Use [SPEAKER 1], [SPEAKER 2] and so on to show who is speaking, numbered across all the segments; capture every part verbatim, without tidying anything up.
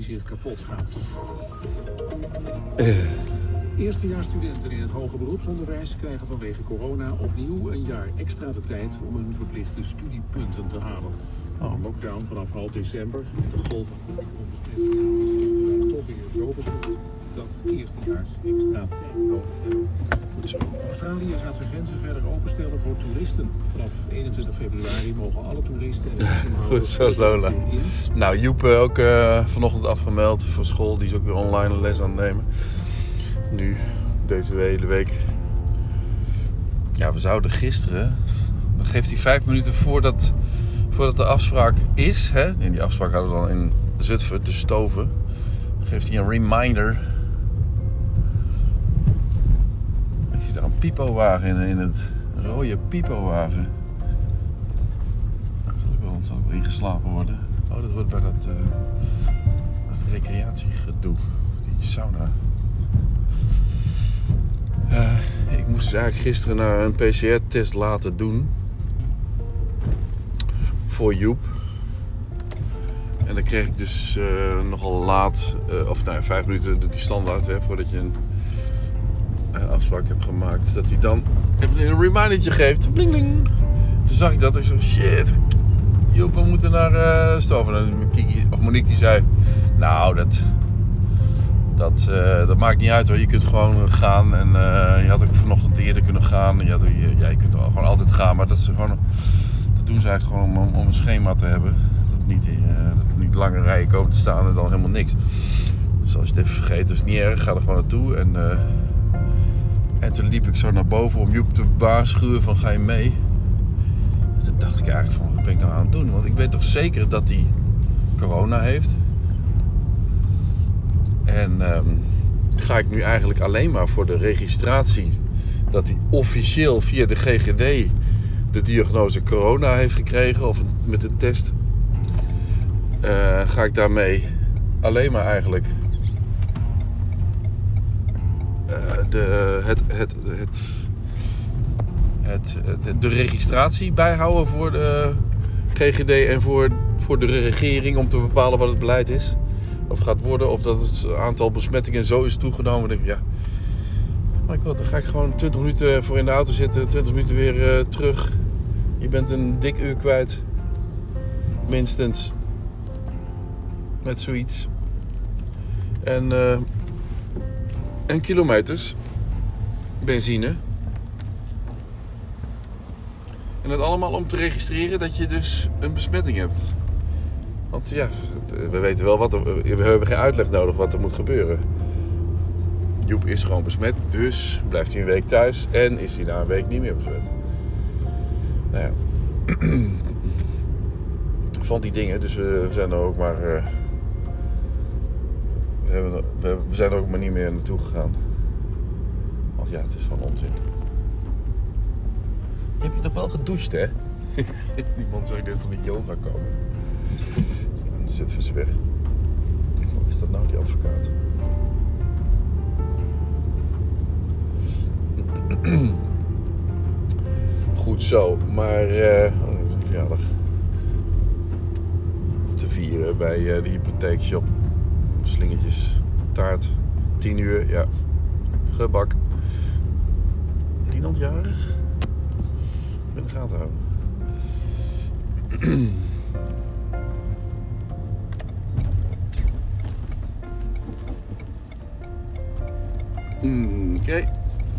[SPEAKER 1] zich kapot schaamt.
[SPEAKER 2] Uh.
[SPEAKER 1] Eerstejaarsstudenten in het hoger beroepsonderwijs krijgen vanwege corona opnieuw een jaar extra de tijd om hun verplichte studiepunten te halen. Oh. De lockdown vanaf half december en de golf van omikronbesmettingen is toch weer zo verschillend dat eerstejaars extra tijd nodig hebben. Australië gaat zijn grenzen verder openstellen voor toeristen. Vanaf eenentwintig februari mogen alle toeristen en
[SPEAKER 2] Goed zo, Lola. Nou, Joep ook uh, vanochtend afgemeld voor school. Die is ook weer online een les aan het nemen. Nu, deze hele week. Ja, we zouden gisteren... Dan geeft hij vijf minuten voordat, voordat de afspraak is. Hè? En die afspraak hadden we dan in Zutphen, de Stoven. Dan geeft hij een reminder... Een pipowagen in, in het rode pipowagen. Daar zal ik wel, zal ik wel ingeslapen worden. Oh, dat hoort bij dat, uh, dat recreatiegedoe. Die sauna. Uh, ik moest dus eigenlijk gisteren naar een P C R-test laten doen. Voor Joep. En dan kreeg ik dus uh, nogal laat, uh, of nou ja, vijf minuten die standaard, hè, voordat je een een afspraak heb gemaakt, dat hij dan even een remindertje geeft. Bling bling. Toen zag ik dat en ik zo, shit, Joep, we moeten naar uh, Stoven. En Kiki, of Monique die zei, nou dat dat, uh, dat maakt niet uit hoor, je kunt gewoon gaan en uh, je had ook vanochtend eerder kunnen gaan. Je, had, je, ja, je kunt gewoon altijd gaan, maar dat, is gewoon, dat doen ze eigenlijk gewoon om, om een schema te hebben. Dat niet, uh, dat niet lange rijen komen te staan en dan helemaal niks. Dus als je het even vergeet, is het niet erg, ga er gewoon naartoe. En uh, En toen liep ik zo naar boven om Joep te waarschuwen van ga je mee. En toen dacht ik eigenlijk van wat ben ik nou aan het doen? Want ik weet toch zeker dat hij corona heeft. En um, ga ik nu eigenlijk alleen maar voor de registratie dat hij officieel via de G G D de diagnose corona heeft gekregen of met de test. Uh, ga ik daarmee alleen maar eigenlijk Uh, de, het, het, het, het, de, de registratie bijhouden voor de G G D en voor, voor de regering om te bepalen wat het beleid is. Of gaat worden, of dat het aantal besmettingen zo is toegenomen. Dan denk ik, ja, my god, dan ga ik gewoon twintig minuten voor in de auto zitten, twintig minuten weer uh, terug. Je bent een dik uur kwijt. Minstens. Met zoiets. En... Uh, En kilometers benzine. En dat allemaal om te registreren dat je dus een besmetting hebt. Want ja, we weten wel wat er... We hebben geen uitleg nodig wat er moet gebeuren. Joep is gewoon besmet, dus blijft hij een week thuis. En is hij na een week niet meer besmet. Nou ja. Van die dingen, dus we zijn er ook maar... Uh, We, hebben, we, we zijn er ook maar niet meer naartoe gegaan. Want ja, het is gewoon onzin. Je hebt je toch wel gedoucht, hè? Die man zag ik net van de yoga komen. En dan zitten we ze weg. Wat is dat nou, die advocaat? Goed zo, maar... Uh, oh, dat is een verjaardag. Te vieren bij uh, de hypotheekshop. Slingertjes, taart, tien uur, ja, gebak. tienhonderdjarig? In de gaten houden. mm, Oké. Okay.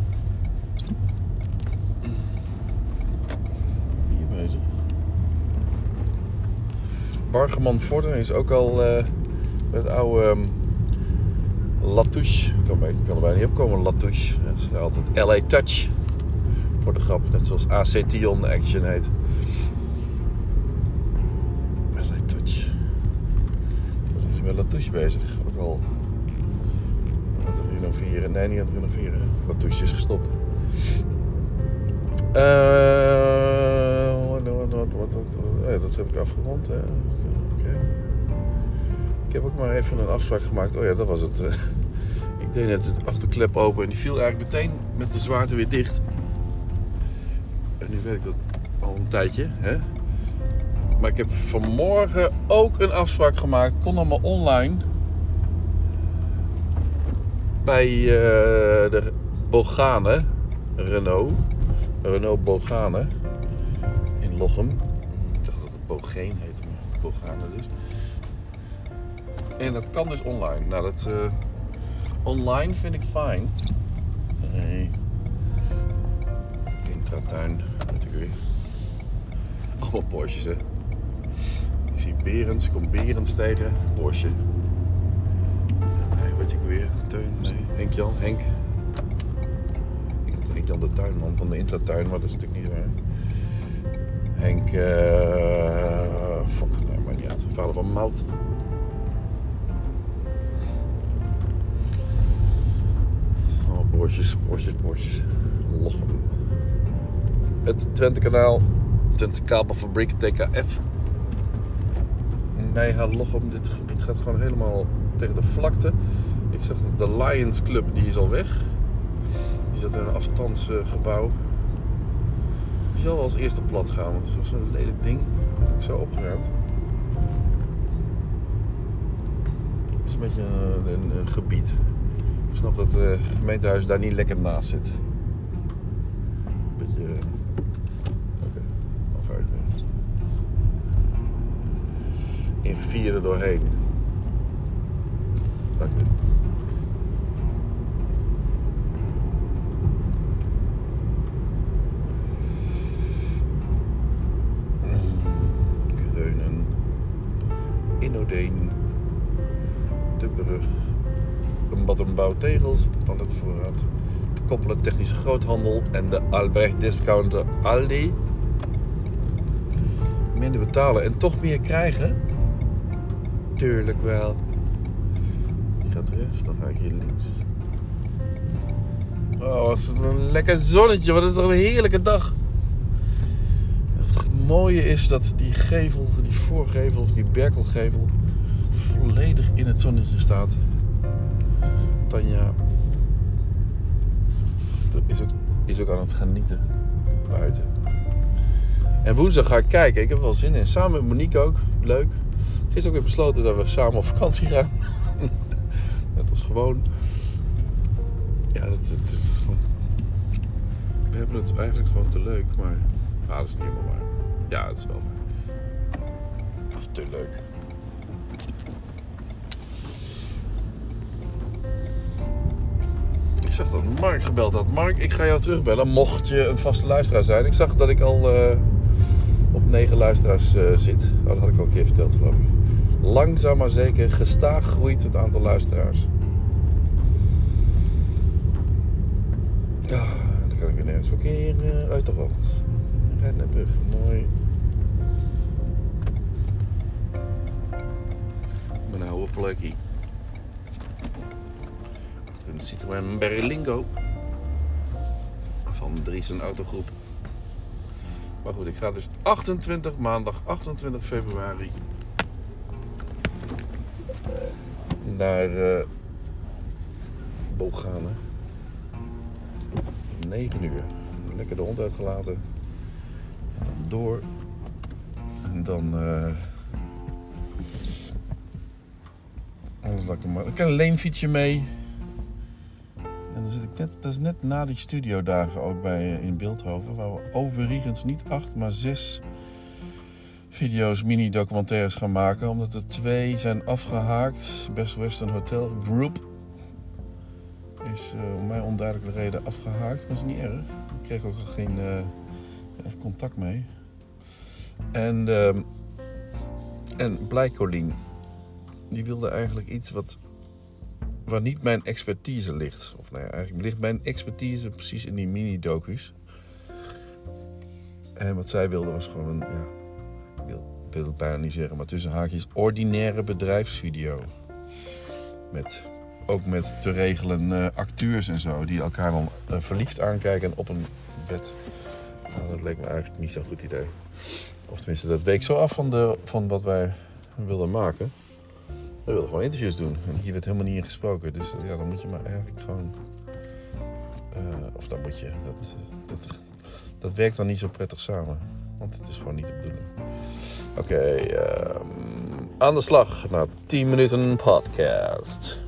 [SPEAKER 2] Hier bezig. Bargeman Vorden is ook al... Uh, Met oude um, Latouche. Ik kan, kan er bijna niet opkomen, Latouche. Dat is altijd L A Touch. Voor de grap. Net zoals Acetion Action heet. L A Touch. Wat zijn ze met Latouche bezig? Ook al aan het renoveren. Nee, niet aan het renoveren. Latouche is gestopt. Uh, wat, wat, wat, wat, wat, ja, dat heb ik afgerond. Oké. Okay. Ik heb ook maar even een afspraak gemaakt. Oh ja, dat was het. Ik deed net de achterklep open en die viel eigenlijk meteen met de zwaarte weer dicht. En nu weet ik dat al een tijdje. Hè? Maar ik heb vanmorgen ook een afspraak gemaakt. Kon allemaal online. bij uh, de Bogane, Renault. Renault Bogane in Lochem. Ik dacht dat het Bogeen heette, maar Bogane dus. En dat kan dus online. Nou, dat uh, online vind ik fijn. Nee. Intratuin, weet ik weer. Allemaal Porsches, hè. Ik zie Berends, ik kom Berends tegen. Porsche. Nee, weet ik weer. Teun, nee. Henk-Jan, Henk. Ik had Henk-Jan de tuinman van de intratuin, maar dat is natuurlijk niet waar. Henk, uh, fuck, nee, maar niet uit. Vader van Mout. Oh, Porsches, Porsches, Porsches. Lochem. Het Twente kanaal, Twente kabelfabriek, T K F. Nijha Lochem, dit gebied gaat gewoon helemaal tegen de vlakte. Ik zag dat de Lions Club, die is al weg. Die zat in een afstandsgebouw. Die zal wel als eerste plat gaan, want het was zo'n lelijk ding. Dat heb ik zo opgeruimd. Het is een beetje een, een, een gebied. Ik snap dat het gemeentehuis daar niet lekker naast zit. Een beetje... Oké, okay. Dan ga ik weer. In vier er doorheen. Dank je. Kreunen. Inodeen. De brug. Een Battenbouw tegels. Paletvoorraad. Te koppelen technische groothandel. En de Albrecht discounter Aldi. Minder betalen en toch meer krijgen? Tuurlijk wel. Die gaat rechts, dan ga ik hier links. Oh, wat is het een lekker zonnetje. Wat is toch een heerlijke dag. Het mooie is dat die gevel, die voorgevel of die berkelgevel volledig in het zonnetje staat. Tanja is ook, is ook aan het genieten buiten. En woensdag ga ik kijken. Ik heb wel zin in. Samen met Monique ook. Leuk. Gisteren ook weer besloten dat we samen op vakantie gaan. Dat was gewoon... Ja, het, het is gewoon... We hebben het eigenlijk gewoon te leuk, maar... Ah, dat is niet helemaal waar. Ja, dat is wel waar. Dat is te leuk. Ik zag dat Mark gebeld had. Mark, ik ga jou terugbellen, mocht je een vaste luisteraar zijn. Ik zag dat ik al uh, op negen luisteraars uh, zit. Oh, dat had ik al een keer verteld, geloof ik. Langzaam maar zeker, gestaag groeit het aantal luisteraars. Ah, dan kan ik weer nergens parkeren. Uit toch wel. Rennenburg, mooi. Mijn oude plekje. Achter een Citroën Berlingo. Van Driesen Autogroep. Maar goed, ik ga dus achtentwintig, maandag achtentwintig februari. Naar uh, Bogane. negen uur. Lekker de hond uitgelaten. En dan door. En dan... Uh, alles lekker maar. Ik heb een leenfietsje mee. En dan zit ik net... Dat is net na die studiodagen ook bij uh, in Bilthoven. Waar we overigens niet acht, maar zes... video's, mini-documentaires gaan maken. Omdat er twee zijn afgehaakt. Best Western Hotel Group is uh, om mij onduidelijke reden afgehaakt. Maar dat is niet erg. Ik kreeg ook al geen uh, echt contact mee. En, uh, en Blijkolien. Die wilde eigenlijk iets wat... waar niet mijn expertise ligt. Of nou ja, eigenlijk ligt mijn expertise precies in die mini-docu's. En wat zij wilde was gewoon een... Ja, ik wil het bijna niet zeggen, maar tussen haakjes ordinaire bedrijfsvideo. Met, ook met te regelen uh, acteurs en zo, die elkaar dan uh, verliefd aankijken op een bed. Nou, dat leek me eigenlijk niet zo'n goed idee. Of tenminste, dat week zo af van, de, van wat wij wilden maken. We wilden gewoon interviews doen. En hier werd helemaal niet in gesproken. Dus ja, dan moet je maar eigenlijk gewoon... Uh, of dan moet je... Dat, dat, dat werkt dan niet zo prettig samen. Want het is gewoon niet de bedoeling. Oké, okay, um, aan de slag naar tien minuten podcast.